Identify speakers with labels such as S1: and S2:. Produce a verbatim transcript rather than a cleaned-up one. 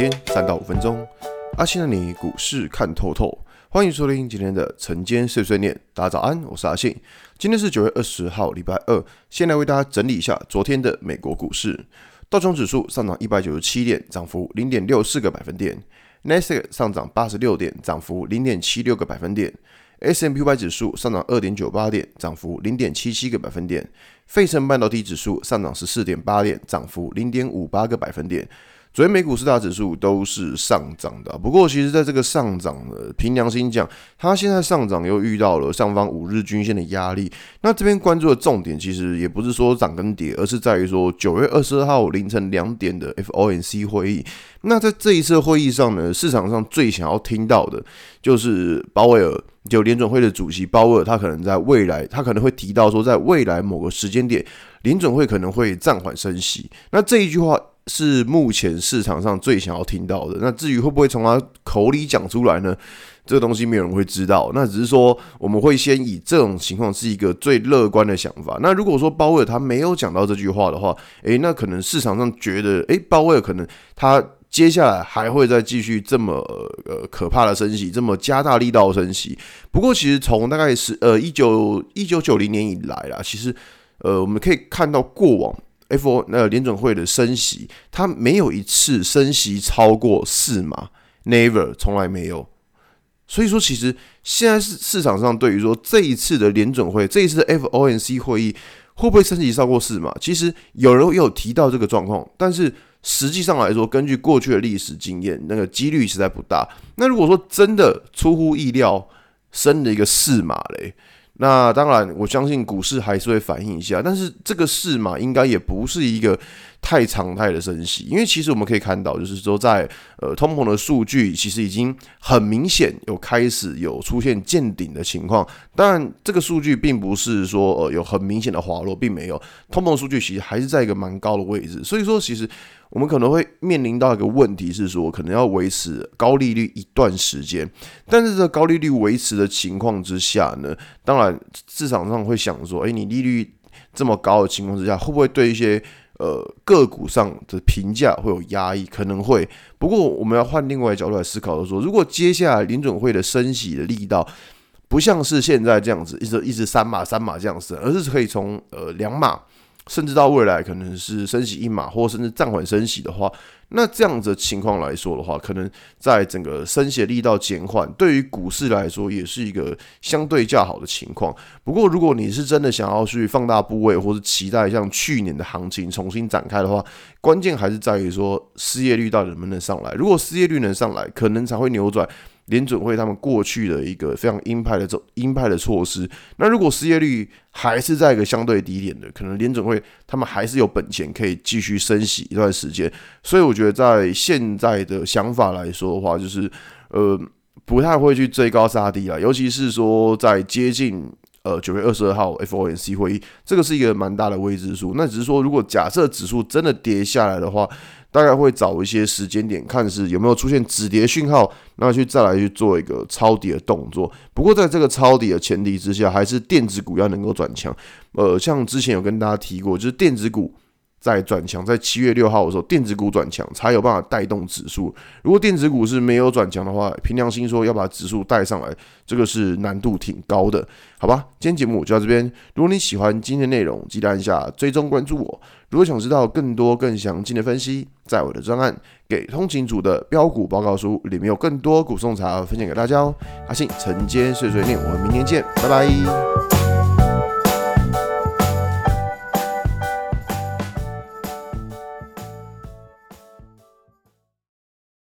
S1: 天三到五分钟，阿信让你股市看透透。欢迎收听今天的晨间碎碎念，大家早安，我是阿信。今天是九月二十号，礼拜二。先来为大家整理一下昨天的美国股市。道琼指数上涨一百九十七点，涨幅 零点六四个百分点。纳斯达克上涨八十六点，涨幅 零点七六个百分点。S and P 五百 指数上涨 二点九八点，涨幅 零点七七个百分点。费城半导体指数上涨 十四点八点，涨幅 零点五八个百分点。昨天美股四大指数都是上涨的，不过其实在这个上涨的，凭良心讲，它现在上涨又遇到了上方五日均线的压力。那这边关注的重点其实也不是说涨跟跌，而是在于说九月二十二号凌晨两点的 F O M C 会议。那在这一次会议上呢，市场上最想要听到的就是鲍威尔，就联准会的主席鲍威尔，他可能在未来，他可能会提到说，在未来某个时间点，联准会可能会暂缓升息。那这一句话是目前市场上最想要听到的。那至于会不会从他口里讲出来呢？这个东西没有人会知道。那只是说我们会先以这种情况是一个最乐观的想法。那如果说鲍威尔他没有讲到这句话的话，诶，那可能市场上觉得，诶，鲍威尔可能他接下来还会再继续这么呃可怕的升息，这么加大力道的升息。不过其实从大概是呃一九一九九零年以来啦，其实呃我们可以看到过往F O 呃联准会的升息，它没有一次升息超过四码 ，never 从来没有。所以说，其实现在是市场上对于说这一次的联准会，这一次的 F O M C 会议会不会升息超过四码，其实有人有提到这个状况，但是实际上来说，根据过去的历史经验，那个几率实在不大。那如果说真的出乎意料升了一个四码嘞，那当然，我相信股市还是会反应一下，但是这个市嘛，应该也不是一个太常态的升息，因为其实我们可以看到，就是说在呃通膨的数据其实已经很明显有开始有出现见顶的情况。当然，这个数据并不是说呃有很明显的滑落，并没有，通膨数据其实还是在一个蛮高的位置，所以说其实我们可能会面临到一个问题是说，可能要维持高利率一段时间，但是这高利率维持的情况之下呢，当然市场上会想说，哎，你利率这么高的情况之下，会不会对一些呃个股上的评价会有压抑？可能会。不过我们要换另外一个角度来思考的说，如果接下来联准会的升息的力道不像是现在这样子，一直一直三码三码这样子，而是可以从呃两码。甚至到未来可能是升息一码，或甚至暂缓升息的话，那这样子的情况来说的话，可能在整个升息的力道减缓，对于股市来说也是一个相对较好的情况。不过，如果你是真的想要去放大部位，或是期待像去年的行情重新展开的话，关键还是在于说失业率到底能不能上来。如果失业率能上来，可能才会扭转联准会他们过去的一个非常鹰派的鹰派的措施。那如果失业率还是在一个相对低点的，可能联准会他们还是有本钱可以继续升息一段时间。所以我觉得在现在的想法来说的话，就是呃不太会去追高杀低啦，尤其是说在接近呃九月二十二号 F O M C 会议，这个是一个蛮大的未知数。那只是说，如果假设指数真的跌下来的话，大概会找一些时间点，看是有没有出现止跌讯号，那去再来去做一个抄底的动作。不过在这个抄底的前提之下，还是电子股要能够转强。呃，像之前有跟大家提过，就是电子股在转强，在七月六号的时候，电子股转强才有办法带动指数。如果电子股是没有转强的话，凭良心说要把指数带上来，这个是难度挺高的，好吧？今天节目就到这边。如果你喜欢今天的内容，记得按下追踪关注我。如果想知道更多更详尽的分析，在我的专案《给通勤族的标股报告书》里面有更多股送茶分享给大家哦。阿信晨间碎碎念，我们明天见，拜拜。